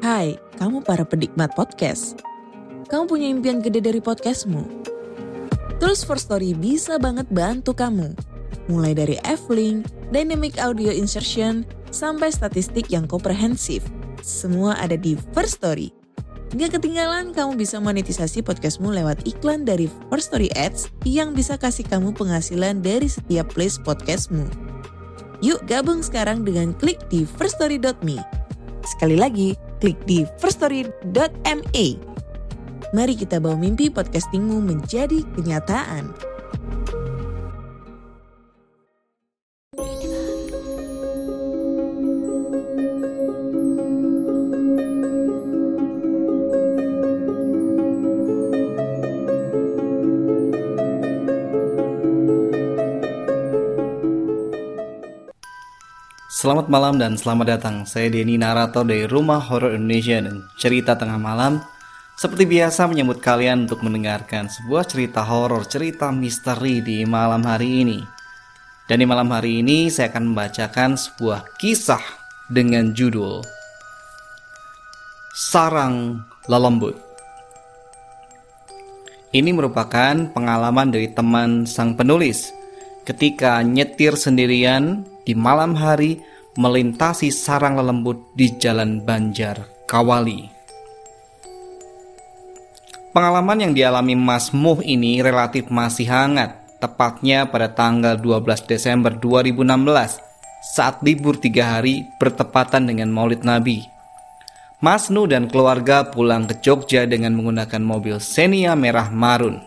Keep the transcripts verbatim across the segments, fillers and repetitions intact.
Hai, kamu para penikmat podcast. Kamu punya impian gede dari podcastmu? Terus First Story bisa banget bantu kamu. Mulai dari F-Link, Dynamic Audio Insertion, sampai statistik yang komprehensif. Semua ada di First Story. Gak ketinggalan kamu bisa monetisasi podcastmu lewat iklan dari First Story Ads yang bisa kasih kamu penghasilan dari setiap plays podcastmu. Yuk gabung sekarang dengan klik di first story dot me. Sekali lagi, klik di first story dot me. Mari kita bawa mimpi podcastingmu menjadi kenyataan. Selamat malam dan selamat datang. Saya Denny, narator dari Rumah Horor Indonesia dan Cerita Tengah Malam. Seperti biasa menyambut kalian untuk mendengarkan sebuah cerita horor, cerita misteri di malam hari ini. Dan di malam hari ini saya akan membacakan sebuah kisah dengan judul Sarang Lelembut. Ini merupakan pengalaman dari teman sang penulis ketika nyetir sendirian di malam hari melintasi sarang lelembut di Jalan Banjar Kawali. Pengalaman yang dialami Mas Muh ini relatif masih hangat, tepatnya pada tanggal dua belas Desember dua ribu enam belas saat libur tiga hari bertepatan dengan Maulid Nabi. Mas Nuh dan keluarga pulang ke Jogja dengan menggunakan mobil Xenia merah marun.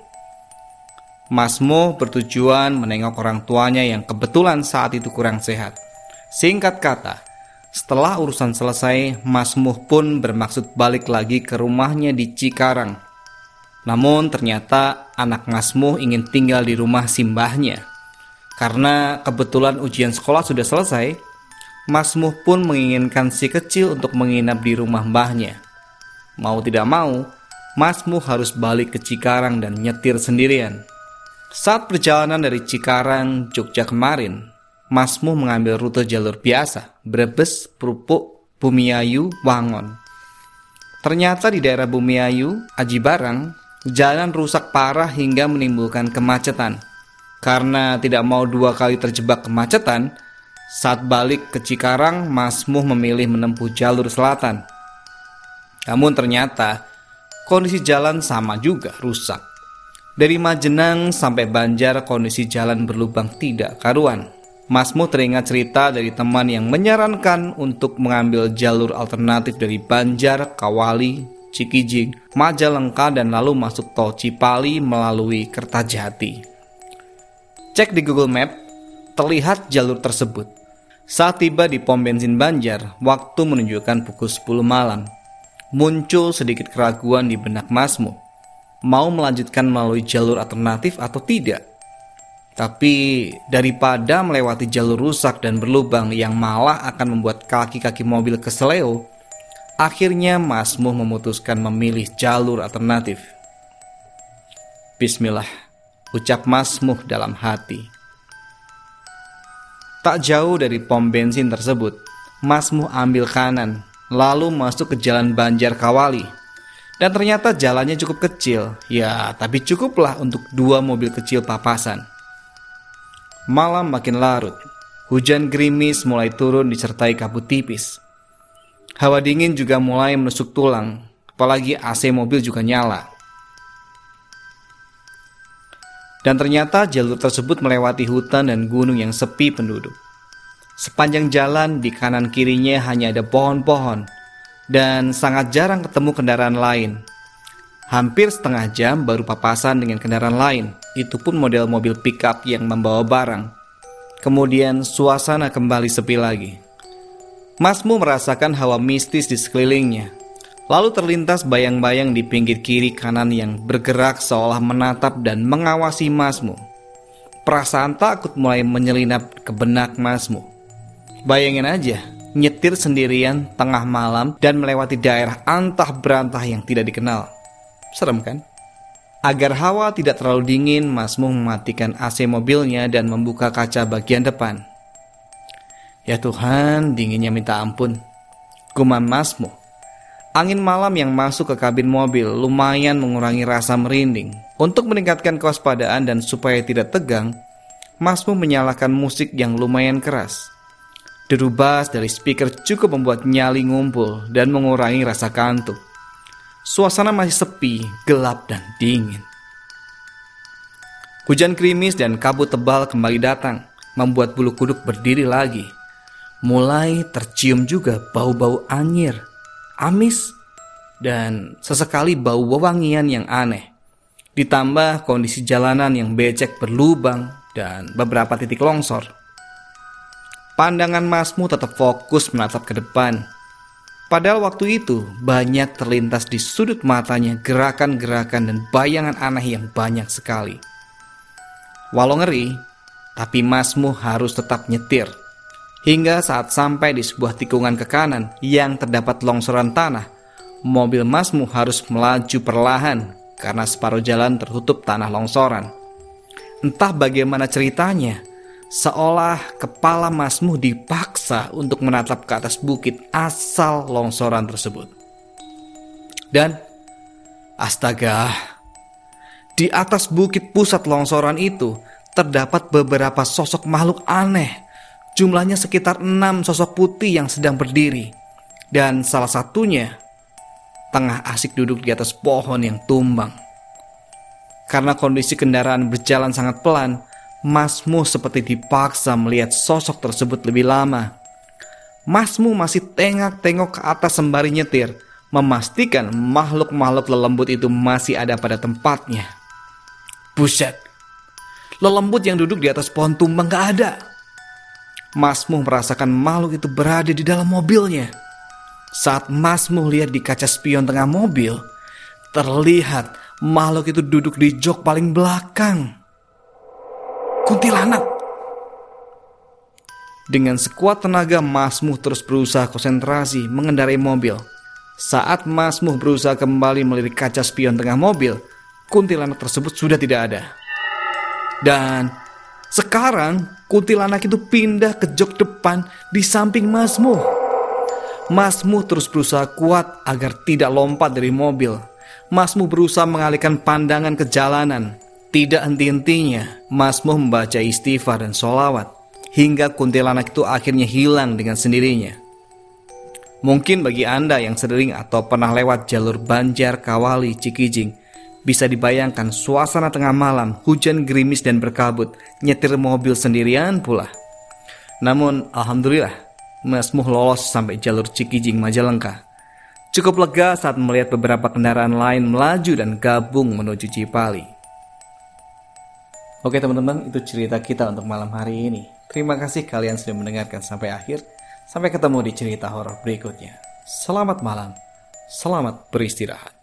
Mas Muh bertujuan menengok orang tuanya yang kebetulan saat itu kurang sehat. Singkat kata, setelah urusan selesai, Mas Muh pun bermaksud balik lagi ke rumahnya di Cikarang. Namun ternyata anak Mas Muh ingin tinggal di rumah simbahnya. Karena kebetulan ujian sekolah sudah selesai, Mas Muh pun menginginkan si kecil untuk menginap di rumah mbahnya. Mau tidak mau, Mas Muh harus balik ke Cikarang dan nyetir sendirian. Saat perjalanan dari Cikarang, Jogja kemarin, Mas Muh mengambil rute jalur biasa, Brebes, Prupuk, Bumiayu, Wangon. Ternyata di daerah Bumiayu, Aji Barang, jalan rusak parah hingga menimbulkan kemacetan. Karena tidak mau dua kali terjebak kemacetan, saat balik ke Cikarang, Mas Muh memilih menempuh jalur selatan. Namun ternyata, kondisi jalan sama juga rusak. Dari Majenang sampai Banjar kondisi jalan berlubang tidak karuan. Mas Muh teringat cerita dari teman yang menyarankan untuk mengambil jalur alternatif dari Banjar, Kawali, Cikijing, Majalengka dan lalu masuk tol Cipali melalui Kertajati. Cek di Google Map, terlihat jalur tersebut. Saat tiba di pom bensin Banjar, waktu menunjukkan pukul sepuluh malam. Muncul sedikit keraguan di benak Mas Muh. Mau melanjutkan melalui jalur alternatif atau tidak. Tapi daripada melewati jalur rusak dan berlubang yang malah akan membuat kaki-kaki mobil keseleo, akhirnya Mas Muh memutuskan memilih jalur alternatif. Bismillah, ucap Mas Muh dalam hati. Tak jauh dari pom bensin tersebut, Mas Muh ambil kanan, lalu masuk ke jalan Banjar Kawali. Dan ternyata jalannya cukup kecil, ya tapi cukuplah untuk dua mobil kecil papasan. Malam makin larut, hujan gerimis mulai turun disertai kabut tipis. Hawa dingin juga mulai menusuk tulang, apalagi A C mobil juga nyala. Dan ternyata jalur tersebut melewati hutan dan gunung yang sepi penduduk. Sepanjang jalan di kanan kirinya hanya ada pohon-pohon, dan sangat jarang ketemu kendaraan lain. Hampir setengah jam baru papasan dengan kendaraan lain, itu pun model mobil pickup yang membawa barang. Kemudian suasana kembali sepi lagi. Mas Muh merasakan hawa mistis di sekelilingnya. Lalu terlintas bayang-bayang di pinggir kiri kanan yang bergerak seolah menatap dan mengawasi Mas Muh. Perasaan takut mulai menyelinap ke benak Mas Muh. Bayangin aja, nyetir sendirian tengah malam dan melewati daerah antah berantah yang tidak dikenal. Serem kan? Agar hawa tidak terlalu dingin, Mas Muh mematikan A C mobilnya dan membuka kaca bagian depan. Ya Tuhan, dinginnya minta ampun, gumam Mas Muh. Angin malam yang masuk ke kabin mobil lumayan mengurangi rasa merinding. Untuk meningkatkan kewaspadaan dan supaya tidak tegang, Masmuh menyalakan musik yang lumayan keras. Deru bass dari speaker cukup membuat nyali ngumpul dan mengurangi rasa kantuk. Suasana masih sepi, gelap dan dingin. Hujan gerimis dan kabut tebal kembali datang, membuat bulu kuduk berdiri lagi. Mulai tercium juga bau-bau anyir, amis, dan sesekali bau wewangian yang aneh. Ditambah kondisi jalanan yang becek berlubang dan beberapa titik longsor. Pandangan Masmuh tetap fokus menatap ke depan. Padahal waktu itu banyak terlintas di sudut matanya gerakan-gerakan dan bayangan aneh yang banyak sekali. Walau ngeri, tapi Masmuh harus tetap nyetir. Hingga saat sampai di sebuah tikungan ke kanan yang terdapat longsoran tanah, mobil Masmuh harus melaju perlahan karena separuh jalan tertutup tanah longsoran. Entah bagaimana ceritanya, seolah kepala Masmuh dipaksa untuk menatap ke atas bukit asal longsoran tersebut. Dan, astaga, di atas bukit pusat longsoran itu terdapat beberapa sosok makhluk aneh. Jumlahnya sekitar enam sosok putih yang sedang berdiri. Dan salah satunya tengah asik duduk di atas pohon yang tumbang. Karena kondisi kendaraan berjalan sangat pelan, Masmuh seperti dipaksa melihat sosok tersebut lebih lama. Masmuh masih tengok-tengok ke atas sembari nyetir, memastikan makhluk-makhluk lelembut itu masih ada pada tempatnya. Buset, lelembut yang duduk di atas pohon tumbang gak ada. Masmuh merasakan makhluk itu berada di dalam mobilnya. Saat Masmuh lihat di kaca spion tengah mobil, terlihat makhluk itu duduk di jok paling belakang. Kuntilanak. Dengan sekuat tenaga Masmuh terus berusaha konsentrasi mengendarai mobil. Saat Masmuh berusaha kembali melirik kaca spion tengah mobil, kuntilanak tersebut sudah tidak ada. Dan sekarang kuntilanak itu pindah ke jok depan di samping Masmuh. Masmuh terus berusaha kuat agar tidak lompat dari mobil. Masmuh berusaha mengalihkan pandangan ke jalanan. Tidak henti-hentinya Masmuh membaca istighfar dan sholawat hingga kuntilanak itu akhirnya hilang dengan sendirinya. Mungkin bagi Anda yang sering atau pernah lewat jalur Banjar, Kawali, Cikijing, bisa dibayangkan suasana tengah malam, hujan gerimis dan berkabut, nyetir mobil sendirian pula. Namun alhamdulillah, Masmuh lolos sampai jalur Cikijing Majalengka. Cukup lega saat melihat beberapa kendaraan lain melaju dan gabung menuju Cipali. Oke teman-teman, itu cerita kita untuk malam hari ini. Terima kasih kalian sudah mendengarkan sampai akhir. Sampai ketemu di cerita horor berikutnya. Selamat malam, selamat beristirahat.